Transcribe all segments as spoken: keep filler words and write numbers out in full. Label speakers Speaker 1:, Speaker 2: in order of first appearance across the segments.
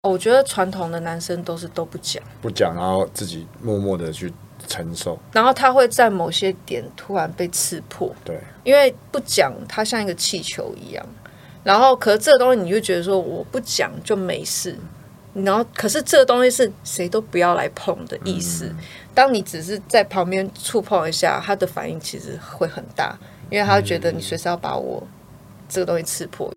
Speaker 1: 我觉得传统的男生都是都不讲，
Speaker 2: 不讲，然后自己默默的去承受，
Speaker 1: 然后他会在某些点突然被刺破。
Speaker 2: 对，
Speaker 1: 因为不讲，它像一个气球一样。然后，可是这个东西你就觉得说我不讲就没事，然后可是这个东西是谁都不要来碰的意思。嗯、当你只是在旁边触碰一下，他的反应其实会很大，因为他会觉得你随时要把我这个东西刺破。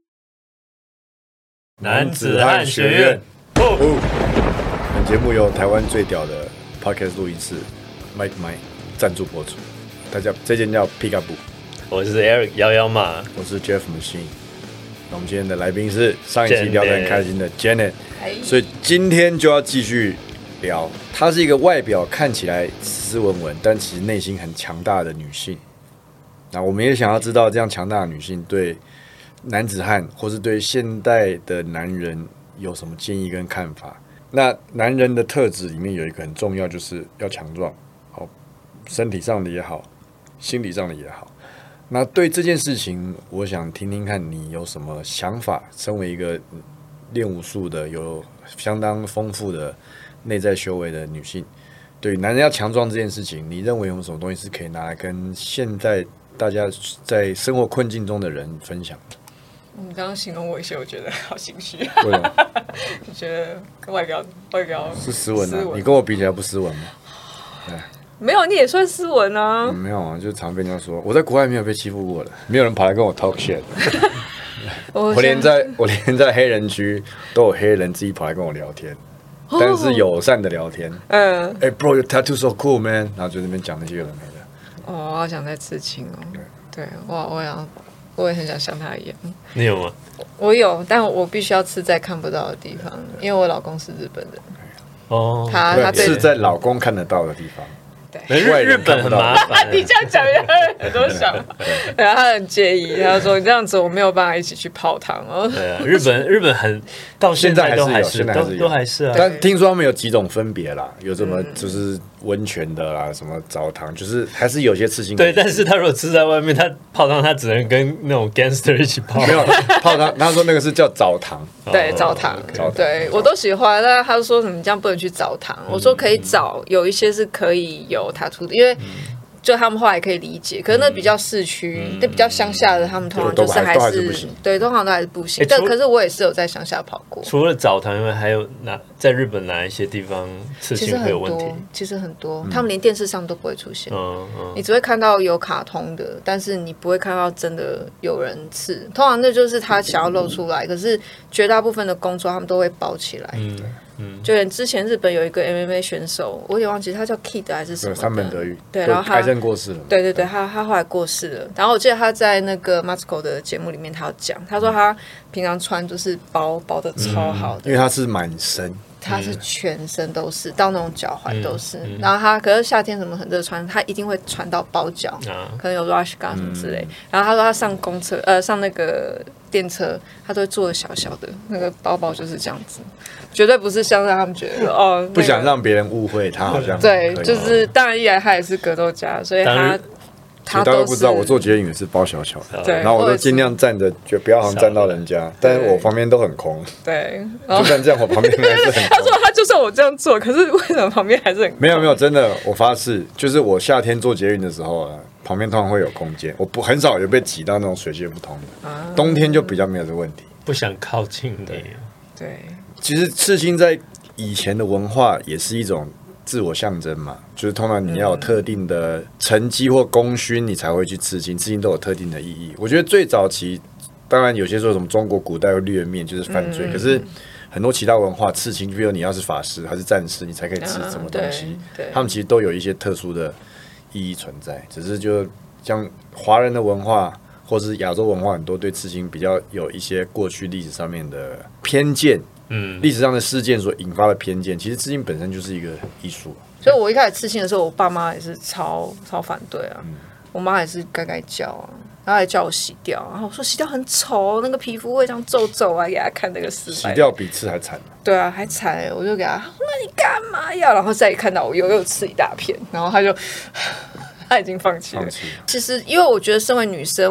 Speaker 3: 男子汉学院，
Speaker 2: 哦，本节目由台湾最屌的 Podcast 录音室 Mike Mike 赞助播出。大家这间叫 Pick Up，
Speaker 3: 我是 Eric 摇摇马，
Speaker 2: 我是 Jeff Machine。那我们今天的来宾是上一期聊得很开心的 Janet， 所以今天就要继续聊。她是一个外表看起来斯斯文文，但其实内心很强大的女性。那我们也想要知道，这样强大的女性对男子汉或是对现代的男人有什么建议跟看法？那男人的特质里面有一个很重要，就是要强壮，好，身体上的也好，心理上的也好。那对这件事情，我想听听看你有什么想法。身为一个练武术的、有相当丰富的内在修为的女性，对于男人要强壮这件事情，你认为有什么东西是可以拿来跟现在大家在生活困境中的人分享的？
Speaker 1: 你刚刚形容我一些，我觉得好心虚。
Speaker 2: 为什么？
Speaker 1: 你觉得外表外表
Speaker 2: 是斯文啊？你跟我比起来不斯文吗？对。
Speaker 1: 没有，你也算斯文啊。
Speaker 2: 嗯、没有啊，就常被人家说我在国外没有被欺负过的，没有人跑来跟我 talk shit 我, 我连在我连在黑人区都有黑人自己跑来跟我聊天，哦、但是友善的聊天。嗯，哎、欸、，bro， your tattoo so cool, man， 然后就在那边讲那些有的没的。
Speaker 1: 哦，我好想再刺青哦。对，对我我想，我也很想像他一样。
Speaker 3: 你有吗？
Speaker 1: 我有，但我必须要刺在看不到的地方，因为我老公是日本人。
Speaker 3: 哦，
Speaker 1: 他他
Speaker 2: 是在老公看得到的地方。
Speaker 3: 日日本很麻烦，
Speaker 1: 你这样讲，人家很多想法。然后他很介意，他说：“你这样子我没有办法一起去泡汤哦。”
Speaker 3: 对啊，日本日本很到现在都还是，
Speaker 2: 现在还是有，
Speaker 3: 都还是啊。
Speaker 2: 但听说他们有几种分别啦，有什么就是温泉的啦，什么澡堂，就是还是有些刺青。
Speaker 3: 对，但是他如果吃在外面，他泡汤他只能跟那种 gangster 一起泡。
Speaker 2: 没有泡汤，他说那个是叫澡堂。
Speaker 1: 对，澡堂。对，我都喜欢，但他说什么这样不能去澡堂，我说可以找，有一些是可以有塔图的，因为就他们后来可以理解，可是那比较市区，那、嗯、比较乡下的，他们通常就是还是对，通常都还是不行。欸、但可是我也是有在乡下跑过。
Speaker 3: 除了澡堂以外，还有哪在日本哪一些地方刺青会有问题？
Speaker 1: 其实很多，嗯、他们连电视上都不会出现。
Speaker 3: 嗯嗯、
Speaker 1: 你只会看到有卡通的，但是你不会看到真的有人刺。通常那就是他想要露出来，可是绝大部分的工作他们都会包起来。嗯嗯，就连之前日本有一个 M M A 选手，我有点忘记他叫 Kid 还是什么的，
Speaker 2: 三本德语，
Speaker 1: 对，然后他
Speaker 2: 癌症过世了，
Speaker 1: 对对对，他他后来过世了。然后我记得他在那个 Matsuko 的节目里面，他有讲，他说他平常穿就是包包的超好的，
Speaker 2: 嗯、因为他是满身，
Speaker 1: 他是全身都是，到那种脚踝都是。嗯嗯、然后他可是夏天什么很热穿，他一定会穿到包脚，嗯、可能有 rash guard 什么之类。嗯、然后他说他上公车呃上那个电车，他都会做的小小的，那个包包就是这样子。绝对不是像让他们觉得哦、那個，
Speaker 2: 不想让别人误会他好像
Speaker 1: 对，就是当然一来他也是格斗家，所以他他
Speaker 2: 都是不知道我做捷运也是包小小的，
Speaker 1: 对，
Speaker 2: 然后我就尽量站着，就不要好像站到人家，但是我旁边都很空，
Speaker 1: 对，
Speaker 2: 就算这样我旁边还是很空。
Speaker 1: 他说他就算我这样做，可是为什么旁边还是很空？
Speaker 2: 没有没有，真的我发誓，就是我夏天做捷运的时候啊，旁边通常会有空间，我不很少有被挤到那种水泄不通的，啊、冬天就比较没有这个问题，
Speaker 3: 不想靠近的，
Speaker 1: 对。
Speaker 2: 其实刺青在以前的文化也是一种自我象征嘛，就是通常你要有特定的成绩或功勋，你才会去刺青，刺青都有特定的意义。我觉得最早期，当然有些说什么中国古代有掠面就是犯罪，嗯、可是很多其他文化刺青，比如你要是法师还是战士，你才可以刺什么东西，
Speaker 1: 嗯、
Speaker 2: 他们其实都有一些特殊的意义存在。只是就像华人的文化或是亚洲文化，很多对刺青比较有一些过去历史上面的偏见。嗯，历史上的事件所引发的偏见，其实刺青本身就是一个艺术。
Speaker 1: 所以我一开始刺青的时候，我爸妈也是超超反对啊，嗯、我妈也是该该叫啊，然后还叫我洗掉，然后我说洗掉很丑，那个皮肤会像皱皱啊，给他看那个失败。
Speaker 2: 洗掉比刺还惨。
Speaker 1: 对啊，还惨、欸，我就给他，那你干嘛呀？然后再一看到我又又刺一大片，然后他就他已经放弃了。
Speaker 2: 放弃了。
Speaker 1: 其实因为我觉得身为女生。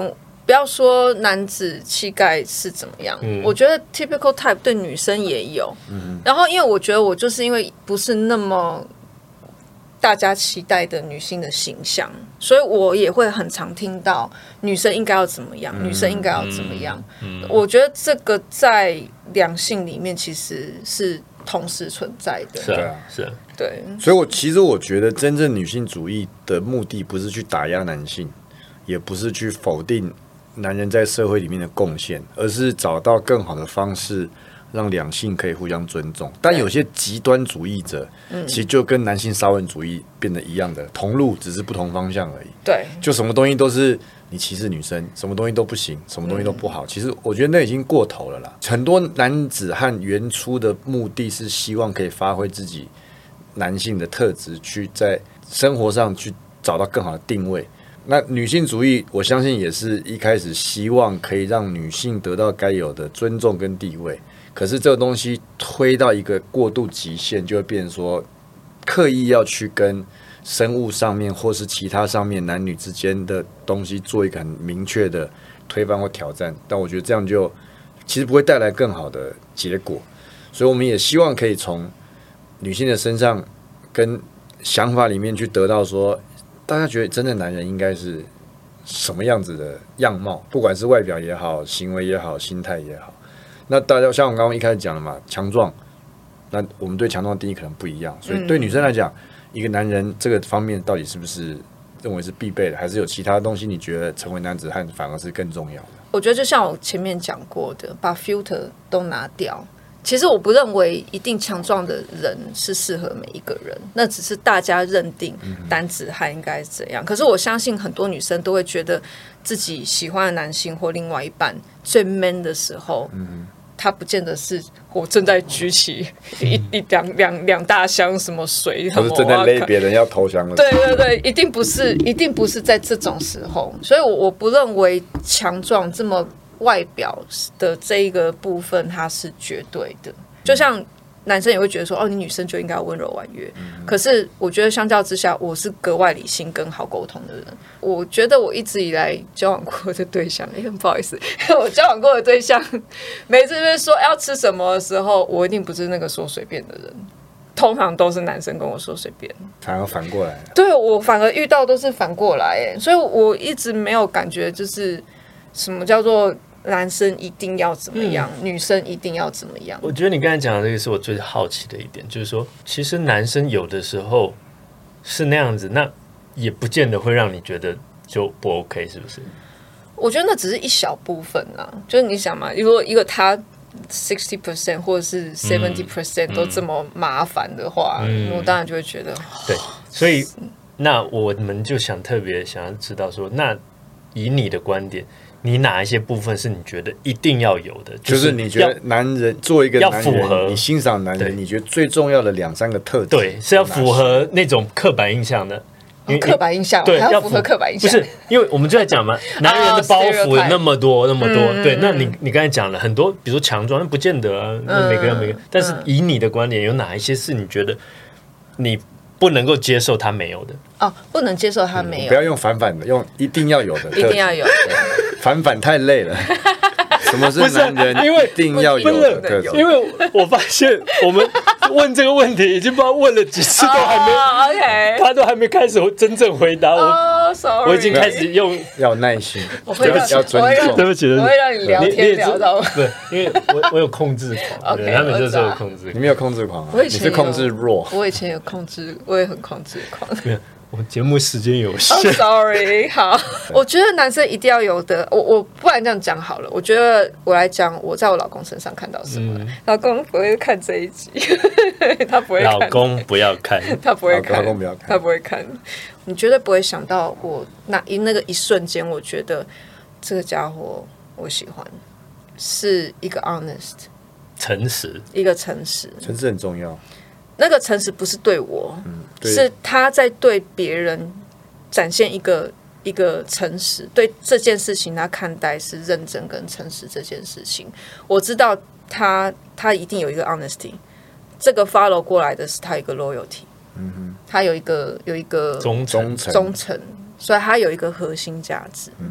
Speaker 1: 不要说男子气概是怎么样，嗯、我觉得 typical type 对女生也有。嗯、然后，因为我觉得我就是因为不是那么大家期待的女性的形象，所以我也会很常听到女生应该要怎么样，嗯、女生应该要怎么样。嗯嗯、我觉得这个在两性里面其实是同时存在的。
Speaker 3: 是啊，是啊，
Speaker 1: 对。
Speaker 2: 所以我其实我觉得真正女性主义的目的不是去打压男性，也不是去否定男人在社会里面的贡献，而是找到更好的方式让两性可以互相尊重。但有些极端主义者，其实就跟男性沙文主义变得一样的，同路只是不同方向而已。
Speaker 1: 对，
Speaker 2: 就什么东西都是你歧视女生，什么东西都不行，什么东西都不好。嗯、其实我觉得那已经过头了啦。很多男子汉原初的目的是希望可以发挥自己男性的特质，去在生活上去找到更好的定位。那女性主义，我相信也是一开始希望可以让女性得到该有的尊重跟地位。可是这个东西推到一个过度极限，就会变成说，刻意要去跟生物上面或是其他上面男女之间的东西做一个很明确的推翻或挑战。但我觉得这样就其实不会带来更好的结果。所以我们也希望可以从女性的身上跟想法里面去得到说，大家觉得真的男人应该是什么样子的样貌，不管是外表也好，行为也好，心态也好。那大家像我刚刚一开始讲的嘛，强壮，那我们对强壮的定义可能不一样，所以对女生来讲，嗯、一个男人这个方面到底是不是认为是必备的，还是有其他东西你觉得成为男子汉反而是更重要的？
Speaker 1: 我觉得就像我前面讲过的，把 filter 都拿掉。其实我不认为一定强壮的人是适合每一个人，那只是大家认定男子汉应该怎样。可是我相信很多女生都会觉得自己喜欢的男性或另外一半最 man 的时候，他不见得是我正在举起一一两两两大箱什么水，
Speaker 2: 或是正在勒别人要投降了。
Speaker 1: 对对对，一定不是，一定不是在这种时候。所以我，我不认为强壮这么外表的这一个部分它是绝对的。就像男生也会觉得说，哦，你女生就应该温柔婉约。嗯、可是我觉得相较之下，我是格外理性跟好沟通的人。我觉得我一直以来交往过的对象，哎，不好意思，我交往过的对象，每次被说要吃什么的时候，我一定不是那个说随便的人。通常都是男生跟我说随便，
Speaker 2: 反而反过来。
Speaker 1: 对，我反而遇到都是反过来，哎，所以我一直没有感觉就是什么叫做男生一定要怎么样，嗯、女生一定要怎么样。
Speaker 3: 我觉得你刚才讲的这个是我最好奇的一点，就是说，其实男生有的时候是那样子，那也不见得会让你觉得就不 OK， 是不是？
Speaker 1: 我觉得那只是一小部分啦，就是你想嘛，如果一个他sixty percent 或者是seventy percent 都这么麻烦的话，嗯、我当然就会觉得
Speaker 3: 对，所以那我们就想特别想要知道说，那以你的观点。你哪一些部分是你觉得一定要有的？
Speaker 2: 就是、就是你觉得男人做一个男人，要符合你欣赏男人，你觉得最重要的两三个特质，
Speaker 3: 对，是要符合那种刻板印象的。
Speaker 1: 哦、刻板印象，对，还要符合刻板印象。
Speaker 3: 不是，因为我们就在讲嘛，男人的包袱有那么多，那么多。嗯、对，那你你刚才讲了很多，比如说强壮，那不见得啊，那每个人每个人。嗯、但是以你的观点，有哪一些是你觉得你不能够接受他没有的？
Speaker 1: 哦，不能接受他没有。
Speaker 2: 不要用反反的，用一定要有的，
Speaker 1: 一定要有。
Speaker 2: 反反太累了。什么是男人一定要有的特质？
Speaker 3: 因为我发现我们问这个问题已经不知道问了几次，都还没，
Speaker 1: oh, okay.
Speaker 3: 他都还没开始真正回答我。
Speaker 1: Oh, sorry.
Speaker 3: 我已经开始用
Speaker 2: 要耐心，
Speaker 1: 我会
Speaker 2: 要尊重。
Speaker 3: 对不起，
Speaker 1: 我会让你聊天聊到。
Speaker 3: 不，因为我我有控制狂， okay, 他每次都有控制。
Speaker 2: 你没有控制狂啊？你是控制弱。
Speaker 1: 我以前有控制，我也很控制狂。
Speaker 3: 我节目时间有限
Speaker 1: ，oh, sorry。好，我觉得男生一定要有的，我我不然这样讲好了。我觉得我来讲，我在我老公身上看到什么。嗯、老公不会看这一集，他不会看。
Speaker 3: 老公不要看，
Speaker 1: 他不会看。
Speaker 2: 老公不要看，
Speaker 1: 他不会看。你绝对不会想到我那一那个一瞬间，我觉得这个家伙我喜欢，是一个 honest，
Speaker 3: 诚实，
Speaker 1: 一个诚实，
Speaker 2: 诚实很重要。
Speaker 1: 那个诚实不是对我，嗯、对是他在对别人展现一个一个诚实，对这件事情他看待是认真跟诚实这件事情。我知道他他一定有一个 honesty， 这个 follow 过来的是他一个 loyalty，嗯哼，他有一个有一个
Speaker 3: 忠
Speaker 2: 诚
Speaker 1: 忠诚，所以他有一个核心价值。嗯哼，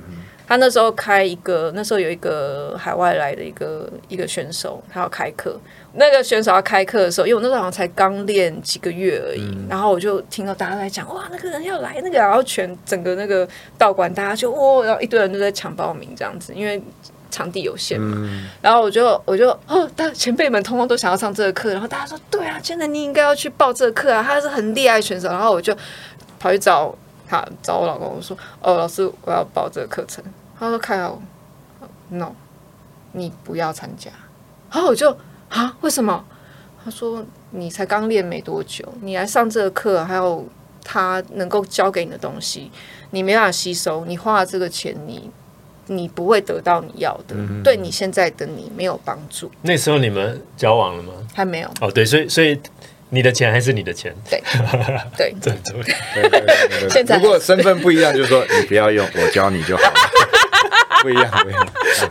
Speaker 1: 他那时候开一个，那时候有一个海外来的一个一个选手，他要开课。那个选手要开课的时候，因为我那时候好像才刚练几个月而已，嗯、然后我就听到大家在讲，哇，那个人要来，那个，然后全整个那个道馆大家就哇，然后一堆人都在抢报名这样子，因为场地有限嘛。嗯、然后我就我就哦，大前辈们通通都想要上这个课，然后大家说，对啊，真的你应该要去报这个课啊，他是很厉害的选手。然后我就跑去找他，找我老公，我说，哦，老师，我要报这个课程。他说：“开好 ，no， 你不要参加。”然后我就啊，为什么？他说：“你才刚练没多久，你来上这个课，还有他能够教给你的东西，你没办法吸收。你花了这个钱，你你不会得到你要的，嗯、对你现在的你没有帮助。”
Speaker 3: 那时候你们交往了吗？
Speaker 1: 还没有。
Speaker 3: 哦，对，所以所以。你的钱还是你的钱，
Speaker 1: 对对，
Speaker 3: 这很重要。
Speaker 2: 对对对对对，如果身份不一样，就是说你不要用，我教你就好了，不一样不一样。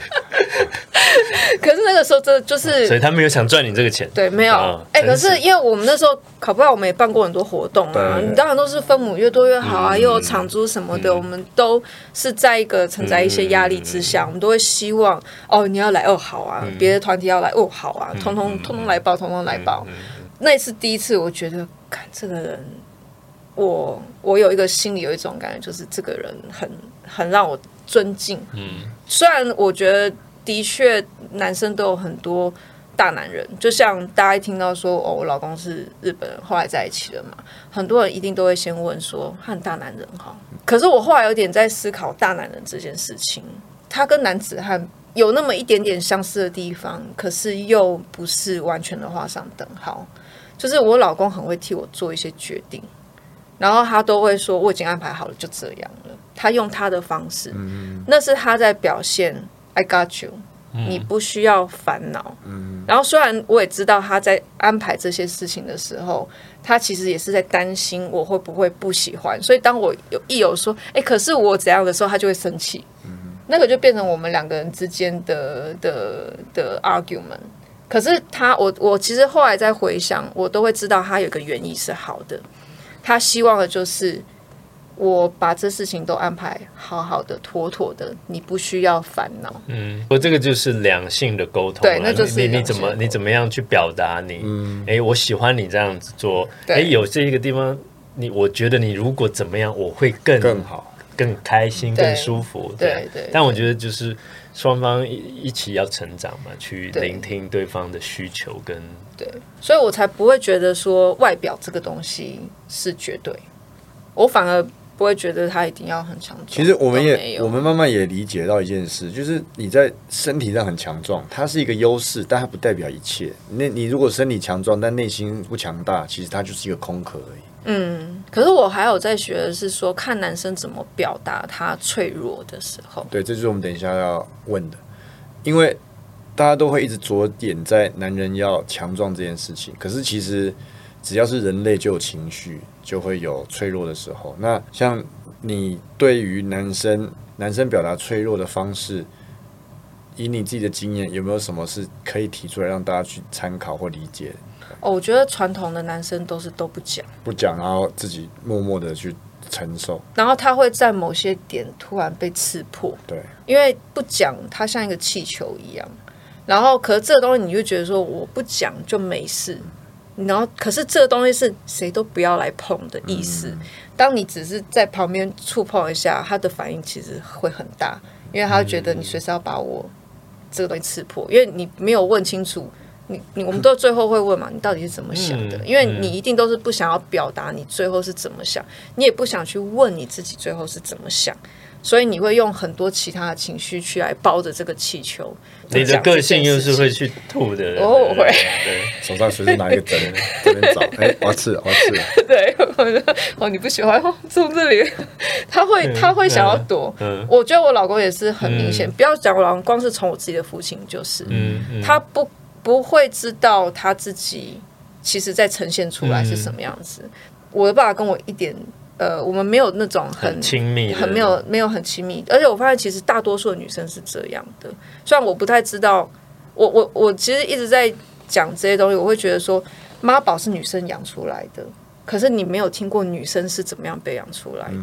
Speaker 1: 可是那个时候真的就是，
Speaker 3: 所以他没有想赚你这个钱，
Speaker 1: 对，没有。哎、哦欸，可是因为我们那时候考不好，我们也办过很多活动啊，你当然都是分母越多越好啊，嗯、又有场租什么的，嗯、我们都是在一个承载一些压力之下，嗯、我们都会希望哦，你要来哦好啊，别、嗯、的团体要来哦好啊，通通通通来报，通通来报。嗯嗯那是第一次，我觉得，看这个人，我我有一个心里有一种感觉，就是这个人很很让我尊敬。嗯，虽然我觉得的确男生都有很多大男人，就像大家一听到说哦，我老公是日本人，后来在一起了嘛，很多人一定都会先问说他很大男人哈。可是我后来有点在思考大男人这件事情，他跟男子汉有那么一点点相似的地方，可是又不是完全的画上等号。就是我老公很会替我做一些决定，然后他都会说我已经安排好了，就这样了。他用他的方式，嗯、那是他在表现 I got you，嗯、你不需要烦恼。嗯、然后虽然我也知道他在安排这些事情的时候，他其实也是在担心我会不会不喜欢，所以当我有一有说哎，可是我怎样的时候，他就会生气。嗯、那个就变成我们两个人之间的的的 argument。可是他，我我其实后来在回想，我都会知道他有个原意是好的。他希望的就是我把这事情都安排好好的、妥妥的，你不需要烦恼。
Speaker 3: 嗯，我这个就是两性的沟通，
Speaker 1: 对，那就是
Speaker 3: 你你怎么你怎么样去表达你？嗯，哎，我喜欢你这样子做。哎，有这一个地方，你我觉得你如果怎么样，我会更
Speaker 2: 更好、
Speaker 3: 更开心、更舒服。
Speaker 1: 对 对, 对。
Speaker 3: 但我觉得就是。双方一起要成长嘛，去聆听对方的需求跟
Speaker 1: 对，所以我才不会觉得说外表这个东西是绝对，我反而不会觉得他一定要很强壮。
Speaker 2: 其实我们也我们慢慢也理解到一件事，就是你在身体上很强壮，它是一个优势，但它不代表一切。那你如果身体强壮，但内心不强大，其实它就是一个空壳而已。
Speaker 1: 嗯，可是我还有在学的是说，看男生怎么表达他脆弱的时候。
Speaker 2: 对，这就是我们等一下要问的，因为大家都会一直着眼在男人要强壮这件事情，可是其实只要是人类就有情绪，就会有脆弱的时候。那像你对于男生男生表达脆弱的方式，以你自己的经验，有没有什么是可以提出来让大家去参考或理解的？
Speaker 1: 哦，我觉得传统的男生都是都不讲，
Speaker 2: 不讲，然后自己默默的去承受，
Speaker 1: 然后他会在某些点突然被刺破。
Speaker 2: 对，
Speaker 1: 因为不讲，他像一个气球一样。然后，可是这个东西你就觉得说我不讲就没事，然后可是这个东西是谁都不要来碰的意思。嗯、当你只是在旁边触碰一下，他的反应其实会很大，因为他觉得你随时要把我这个东西刺破，因为你没有问清楚。你你我们都最后会问嘛，你到底是怎么想的？因为你一定都是不想要表达你最后是怎么想，你也不想去问你自己最后是怎么想，所以你会用很多其他的情绪去来包着这个气球。
Speaker 3: 你的个性又是会去吐的人，
Speaker 1: 哦，我会，
Speaker 2: 对，手上随时拿一个针，这边找，哎、欸，我要吃，我要吃。
Speaker 1: 对，哦，你不喜欢从这里，他会他会想要躲。嗯嗯、我觉得我老公也是很明显，嗯、不要讲我老公，光是从我自己的父亲就是，嗯嗯、他不。不会知道他自己其实在呈现出来是什么样子。嗯、我的爸爸跟我一点呃，我们没有那种很
Speaker 3: 亲密，
Speaker 1: 很没有没有很亲密。而且我发现其实大多数的女生是这样的。虽然我不太知道，我我我其实一直在讲这些东西，我会觉得说妈宝是女生养出来的，可是你没有听过女生是怎么样被养出来的。嗯、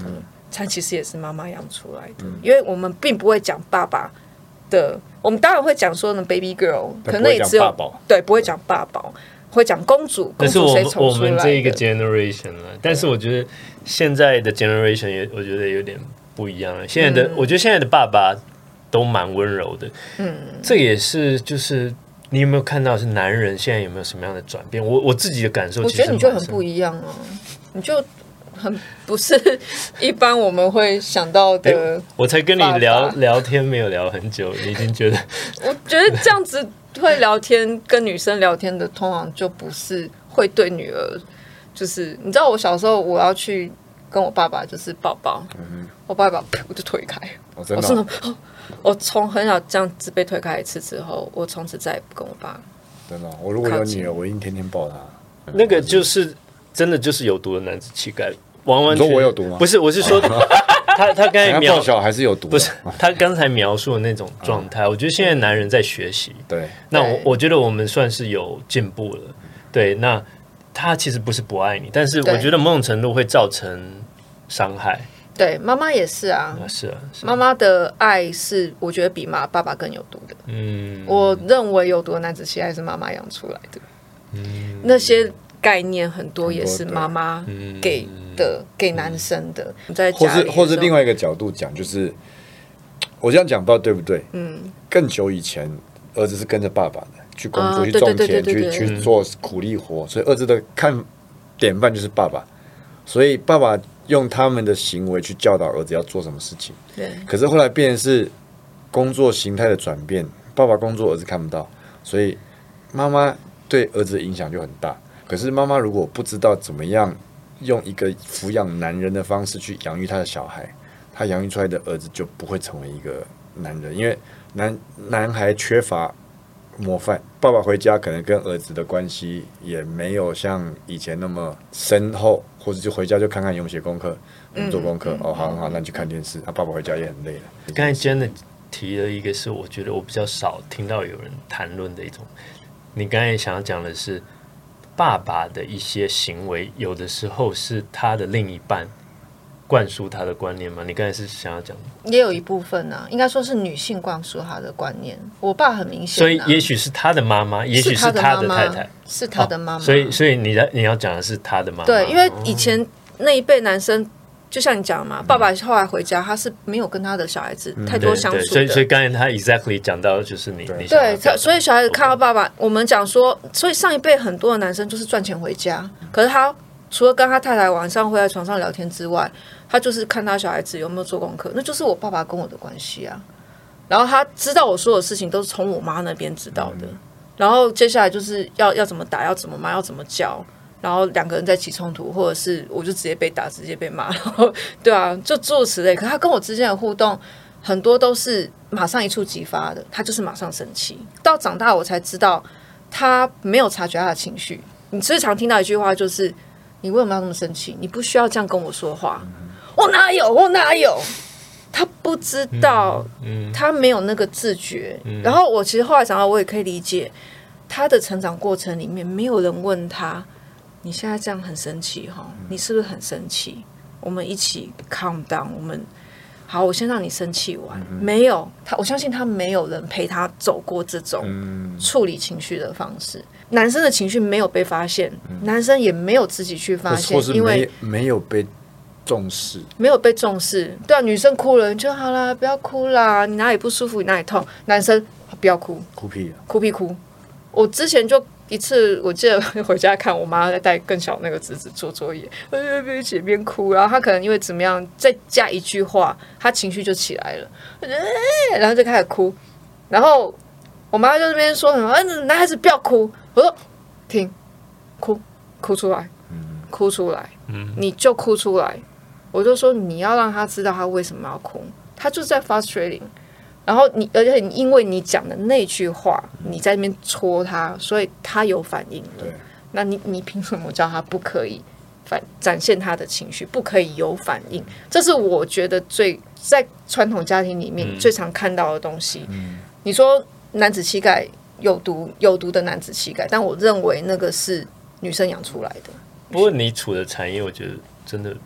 Speaker 1: 他其实也是妈妈养出来的，嗯、因为我们并不会讲爸爸的，我们当然会讲说呢 baby girl， 可能也只有对不会讲爸宝，会讲公主，公主谁宠出来的？
Speaker 3: 我们这一个 generation 了，但是我觉得现在的 generation 也我觉得有点不一样了。现在的、嗯、我觉得现在的爸爸都蛮温柔的，嗯，这也是就是你有没有看到是男人现在有没有什么样的转变？我我自己的感受，
Speaker 1: 我觉得你就很不一样啊，你就。很不是一般我们会想到的、欸。
Speaker 3: 我才跟你聊聊天，没有聊很久，你已经觉得？
Speaker 1: 我觉得这样子会聊天，跟女生聊天的，通常就不是会对女儿，就是你知道，我小时候我要去跟我爸爸就是抱抱，嗯、我爸爸我就推开，
Speaker 2: 哦、真的、
Speaker 1: 我真的，哦、我从很小这样子被推开一次之后，我从此再也不跟我爸。
Speaker 2: 真的、哦，我如果有女儿，我一定天天抱她。
Speaker 3: 那个就是真的就是有毒的男子气概。完完全
Speaker 2: 你说我有毒吗？
Speaker 3: 不是，我是说他他刚才描
Speaker 2: 小还是有毒，
Speaker 3: 不是他刚才描述的那种状态。我觉得现在男人在学习，
Speaker 2: 对，
Speaker 3: 那我我觉得我们算是有进步了。对，那他其实不是不爱你，但是我觉得某种程度会造成伤害。
Speaker 1: 对，妈妈也是啊，
Speaker 3: 是啊，
Speaker 1: 妈妈的爱是我觉得比妈爸爸更有毒的。嗯，我认为有毒的男子气概是妈妈养出来的。嗯，那些概念很多也是妈妈给的，给男生的。在
Speaker 2: 或是或是另外一个角度讲，就是我这样讲不知道对不对？嗯，更久以前，儿子是跟着爸爸的去工作、去种田、去去做苦力活，所以儿子的看典范就是爸爸，所以爸爸用他们的行为去教导儿子要做什么事情。
Speaker 1: 对。
Speaker 2: 可是后来变成是工作形态的转变，爸爸工作儿子看不到，所以妈妈对儿子的影响就很大。可是妈妈如果不知道怎么样用一个抚养男人的方式去养育他的小孩，他养育出来的儿子就不会成为一个男人，因为男男孩缺乏模范，爸爸回家可能跟儿子的关系也没有像以前那么深厚，或者就回家就看看有没有写功课，有没有做功课，嗯、哦，好很好，那你去看电视。那、啊、爸爸回家也很累了。
Speaker 3: 刚才真的提了一个是我觉得我比较少听到有人谈论的一种，你刚才想要讲的是。爸爸的一些行为，有的时候是他的另一半灌输他的观念吗？你刚才是想要讲的，
Speaker 1: 也有一部分啊，应该说是女性灌输他的观念。我爸很明显、啊，
Speaker 3: 所以也许是他的妈妈，也许是他的太太，
Speaker 1: 是他的妈妈、哦。
Speaker 3: 所以，所以你你要讲的是他的妈妈。
Speaker 1: 对，因为以前那一辈男生。就像你讲的嘛，爸爸后来回家，他是没有跟他的小孩子太多相处的。
Speaker 3: 嗯、所以，所以刚才他 exactly 讲到就是你，
Speaker 1: 对，
Speaker 3: 你
Speaker 1: 对所以小孩子看到爸爸， okay. 我们讲说，所以上一辈很多的男生就是赚钱回家，可是他除了跟他太太晚上会在床上聊天之外，他就是看他小孩子有没有做功课，那就是我爸爸跟我的关系啊。然后他知道我所有事情都是从我妈那边知道的，嗯、然后接下来就是要要怎么打，要怎么骂，要怎么教。然后两个人在起冲突，或者是我就直接被打，直接被骂，然后对啊，就诸如此类。可他跟我之间的互动很多都是马上一触即发的，他就是马上生气。到长大我才知道，他没有察觉他的情绪。你最常听到一句话就是：你为什么要那么生气？你不需要这样跟我说话。嗯、我哪有？我哪有？他不知道，嗯嗯、他没有那个自觉。嗯、然后我其实后来长大，我也可以理解他的成长过程里面，没有人问他。你现在这样很生气哈？你是不是很生气？我们一起 calm down。我们好，我先让你生气完。嗯、没有他，我相信他没有人陪他走过这种处理情绪的方式。嗯、男生的情绪没有被发现，嗯、男生也没有自己去发现，因为
Speaker 2: 没有被重视，
Speaker 1: 没有被重视。对啊，女生哭了你就好啦，不要哭啦。你哪里不舒服，你哪里痛？男生不要哭，
Speaker 2: 哭屁、啊，
Speaker 1: 哭屁哭。我之前就。一次我记得回家看我妈在带更小那个侄子做作业，边写边哭，然后他可能因为怎么样再加一句话，他情绪就起来了，然后就开始哭，然后我妈就在那边说什么、嗯、男孩子不要哭，我说停，哭哭出来，哭出来，你就哭出来，我就说你要让他知道他为什么要哭，他就是在 frustrating。然后你，而且你因为你讲的那句话，你在那边戳他，所以他有反应了。那你你凭什么叫他不可以反展现他的情绪，不可以有反应？这是我觉得最在传统家庭里面最常看到的东西。嗯、你说男子气概有毒，有毒的男子气概，但我认为那个是女生养出来的。
Speaker 3: 不过你处的产业，我觉得真的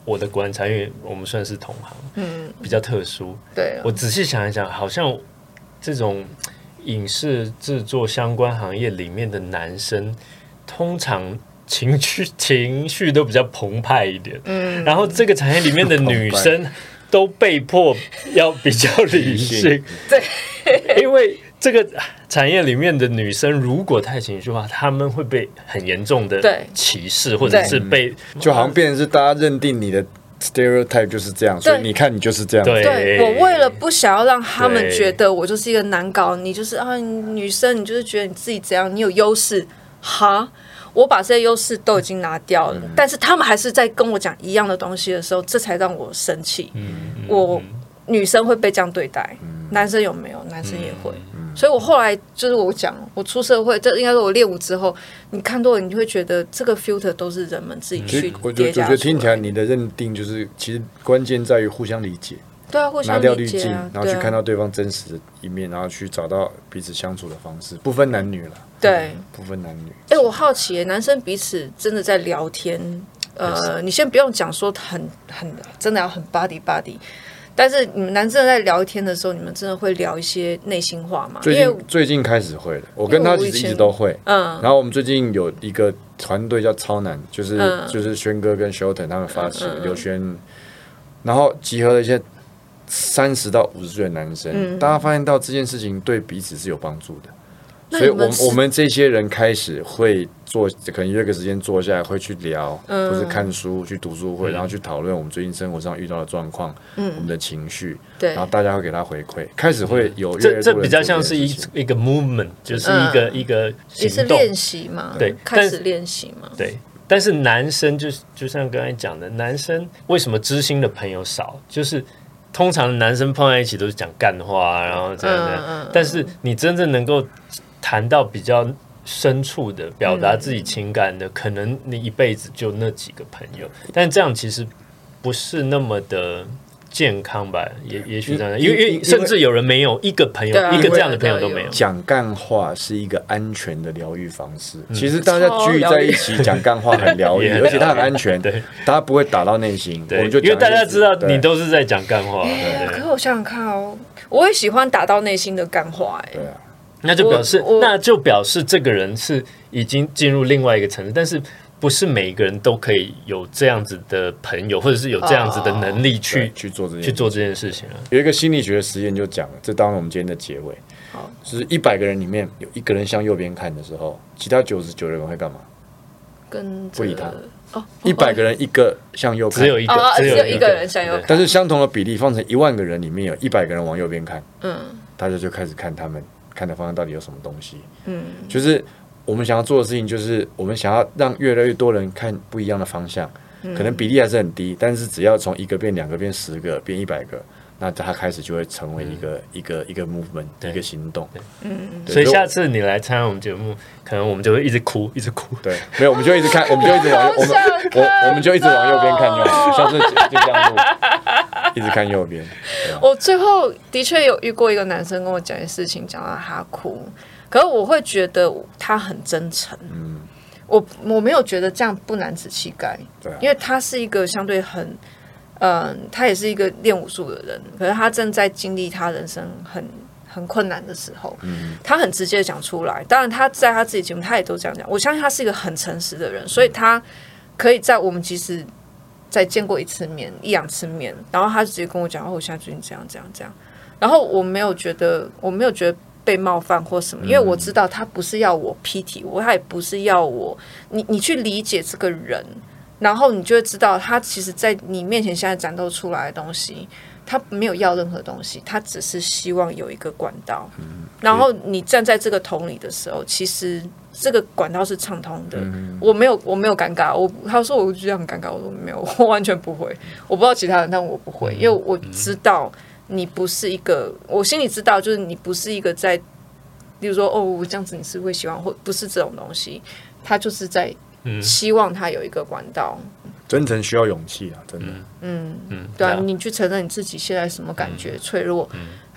Speaker 3: 我的观察，因为我们算是同行，嗯，比较特殊。
Speaker 1: 对，
Speaker 3: 我仔细想一想，好像这种影视制作相关行业里面的男生，通常情绪情绪都比较澎湃一点，嗯，然后这个产业里面的女生都被迫要比较理性，
Speaker 1: 对，
Speaker 3: 因为这个产业里面的女生如果太情绪化，她们会被很严重的歧视，或者是被
Speaker 2: 就好像变成是大家认定你的 stereotype 就是这样，所以你看你就是这样。
Speaker 3: 对，
Speaker 1: 对我为了不想要让他们觉得我就是一个难搞，你就是啊女生，你就是觉得你自己怎样，你有优势，哈。我把这些优势都已经拿掉了，嗯、但是他们还是在跟我讲一样的东西的时候，这才让我生气。嗯嗯、我女生会被这样对待，嗯、男生有没有？男生也会。嗯、所以我后来就是我讲，我出社会，这应该是我练舞之后，你看多了，你会觉得这个 filter 都是人们自己去
Speaker 2: 我觉得听起来你的认定就是，其实关键在于互相理解。
Speaker 1: 对啊，互相理解、啊、
Speaker 2: 拿掉滤镜，然后去看到对方真实的一面，然后去找到彼此相处的方式，不分男女了。
Speaker 1: 对，
Speaker 2: 不分男女。
Speaker 1: 哎、欸，我好奇，男生彼此真的在聊天，呃，你先不用讲说很很真的要很 body body， 但是你们男生在聊天的时候，你们真的会聊一些内心话吗？
Speaker 2: 最近最近开始会了，我跟他其实一直都会。嗯，然后我们最近有一个团队叫超男，就是、嗯、就是轩哥跟 Shilton 他们发起的，刘轩、嗯嗯，然后集合了一些三十到五十岁的男生、嗯，大家发现到这件事情对彼此是有帮助的。所以我们我们这些人开始会做，可能约个时间坐下来会去聊，嗯、或是看书、去读书会，嗯、然后去讨论我们最近生活上遇到的状况，嗯、我们的情绪，对，然后大家会给他回馈，开始会有越来越多人做这件事情。这这比
Speaker 3: 较像是一一个 movement， 就是一个、嗯、一个行动，也是
Speaker 1: 练习嘛，
Speaker 3: 对，
Speaker 1: 开始练习嘛，
Speaker 3: 对。但是男生就就像刚才讲的，男生为什么知心的朋友少？就是通常男生碰在一起都是讲干话，然后这样这样，嗯嗯、但是你真正能够谈到比较深处的表达自己情感的、嗯、可能你一辈子就那几个朋友，但这样其实不是那么的健康吧，也也许这样，因为因为甚至有人没有一个朋友、啊、一个这样的朋友都没有。
Speaker 2: 讲干话是一个安全的疗愈方式、嗯、其实大家聚在一起讲干话很疗愈而且它很安全，对，大家不会打到内心，我们就
Speaker 3: 因为大家知道你都是在讲干话。
Speaker 1: 可是我想想看哦，我也喜欢打到内心的干话，哎，
Speaker 2: 对啊，
Speaker 3: 那就表示那就表示这个人是已经进入另外一个层次，但是不是每一个人都可以有这样子的朋友，或者是有这样子的能力去、哦、
Speaker 2: 去做这件
Speaker 3: 去做这件事情啊。
Speaker 2: 有一个心理学的实验就讲了，这当然我们今天的结尾，好，就是一百个人里面有一个人向右边看的时候，其他九十九人会干嘛？
Speaker 1: 跟
Speaker 2: 不理他。哦，一百个人一个向右看，
Speaker 3: 只有一个，
Speaker 1: 哦、只有一个人向右看。
Speaker 2: 但是相同的比例放成一万个人里面有一百个人往右边看，嗯，大家就开始看他们看的方向到底有什么东西，嗯，就是我们想要做的事情，就是我们想要让越来越多人看不一样的方向，嗯、可能比例还是很低，但是只要从一个变两个变十个变一百个。那他开始就会成为一个、嗯、一个一个 movement， 一个行动。
Speaker 3: 嗯，所以下次你来参加我们节目，可能我们就会一直哭，一直哭。
Speaker 2: 对，没有，我们就一直看，我们就一直往右，我们我我们就一直往右边看就好。下次就这样录，一直看右边。
Speaker 1: 我最后的确有遇过一个男生跟我讲件事情，讲到他哭，可是我会觉得他很真诚。嗯，我我没有觉得这样不男子气概，对、啊，因为他是一个相对很。嗯，他也是一个练武术的人，可是他正在经历他人生很很困难的时候，嗯，他很直接的讲出来。当然，他在他自己节目，他也都这样讲。我相信他是一个很诚实的人，所以他可以在我们即使再见过一次面、一两次面，然后他直接跟我讲：“哦，我现在最近这样、这样、这样。”然后我没有觉得，我没有觉得被冒犯或什么，因为我知道他不是要我批评我，他也不是要我你你去理解这个人。然后你就会知道，他其实在你面前现在展露出来的东西，他没有要任何东西，他只是希望有一个管道。嗯、然后你站在这个桶里的时候，其实这个管道是畅通的。嗯、我没有，我没有尴尬。我他说我觉得很尴尬，我说没有，我完全不会。我不知道其他人，但我不会，因为我知道你不是一个，我心里知道，就是你不是一个在，例如说哦，这样子你是会喜欢，或不是这种东西，他就是在。希望他有一个管道，
Speaker 2: 真诚需要勇气啊，真的。
Speaker 1: 嗯嗯，对啊，你去承认你自己现在什么感觉、嗯、脆弱。嗯、他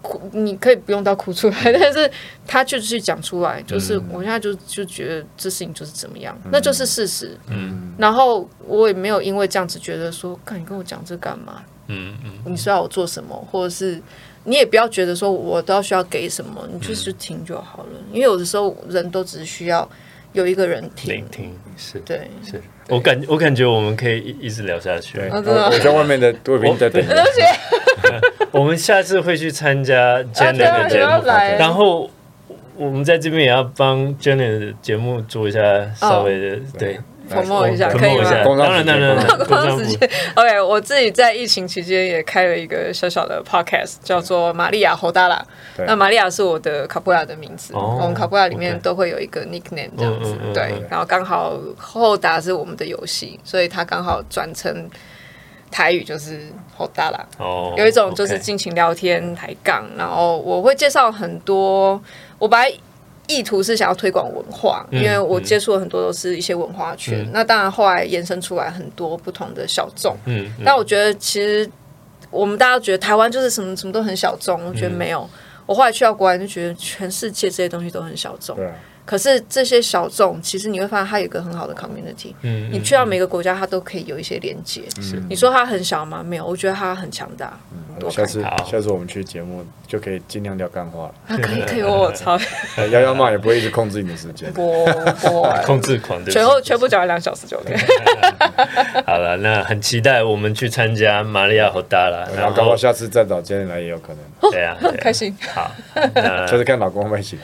Speaker 1: 哭，你可以不用到哭出来，但是他就去讲出来，就是我现在就就觉得这事情就是怎么样，嗯、那就是事实。嗯，然后我也没有因为这样子觉得说，干你跟我讲这干嘛？嗯嗯，你是要我做什么，或者是你也不要觉得说我都要需要给什么，你就是听就好了。因为有的时候人都只是需要有一个人听，
Speaker 3: 聆听是，
Speaker 1: 对，
Speaker 3: 是我感我感觉我们可以一直聊下去。
Speaker 2: 对，我在外面的贵宾在等你。
Speaker 3: 我们下次会去参加 Janet 的节目，然后我们在这边也要帮 Janet 的节目做一下稍微的、oh. 对。
Speaker 1: promote 一下可以吗？
Speaker 3: 当然当然，
Speaker 1: 工商时间。OK， 我自己在疫情期间也开了一个小小的 podcast， 叫做玛利亚侯达拉。那玛利亚是我的卡布拉的名字，哦、我们卡布拉里面都会有一个 nickname 这样子。嗯嗯嗯、对，然后刚好侯达是我们的游戏，所以它刚好转成台语就是侯达拉。哦，有一种就是尽情聊天抬杠，然后我会介绍很多，我把意图是想要推广文化，因为我接触了很多都是一些文化圈。嗯、那当然后来延伸出来很多不同的小众。嗯，嗯但我觉得其实我们大家觉得台湾就是什么什么都很小众，我觉得没有。嗯、我后来去到国外就觉得全世界这些东西都很小众。对、啊。可是这些小众，其实你会发现它有一个很好的 community。嗯。你去到每个国家，它都可以有一些连接。是。你说它很小吗？没有，我觉得它很强大。
Speaker 2: 嗯、下次下次我们去节目就可以尽量聊干话了。
Speaker 1: 啊，可以可以，我操！
Speaker 2: 幺幺骂也不会一直控制你的时间。
Speaker 1: 不不，
Speaker 3: 控制狂对。
Speaker 1: 全部全部讲完两小时就 OK。
Speaker 3: 好了，那很期待我们去参加玛利亚和达拉，
Speaker 2: 然后搞不好下次再找今天来也有可能。
Speaker 3: 对啊，
Speaker 1: 开心。
Speaker 3: 好，
Speaker 2: 就是看老公会不会行。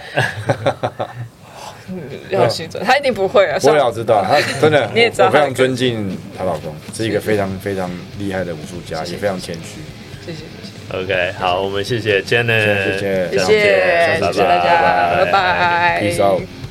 Speaker 1: 要行准，他一定不会啊！
Speaker 2: 不会，我知道，他真的，
Speaker 1: 你也知道，
Speaker 2: 我非常尊敬她老公，是一个非常非常厉害的武术家，也非常谦虚。
Speaker 1: 谢谢谢
Speaker 3: 谢。OK， 好，我们谢谢 Janet，
Speaker 2: 谢谢
Speaker 1: 谢谢，谢谢大家，拜拜
Speaker 2: ，Peace out。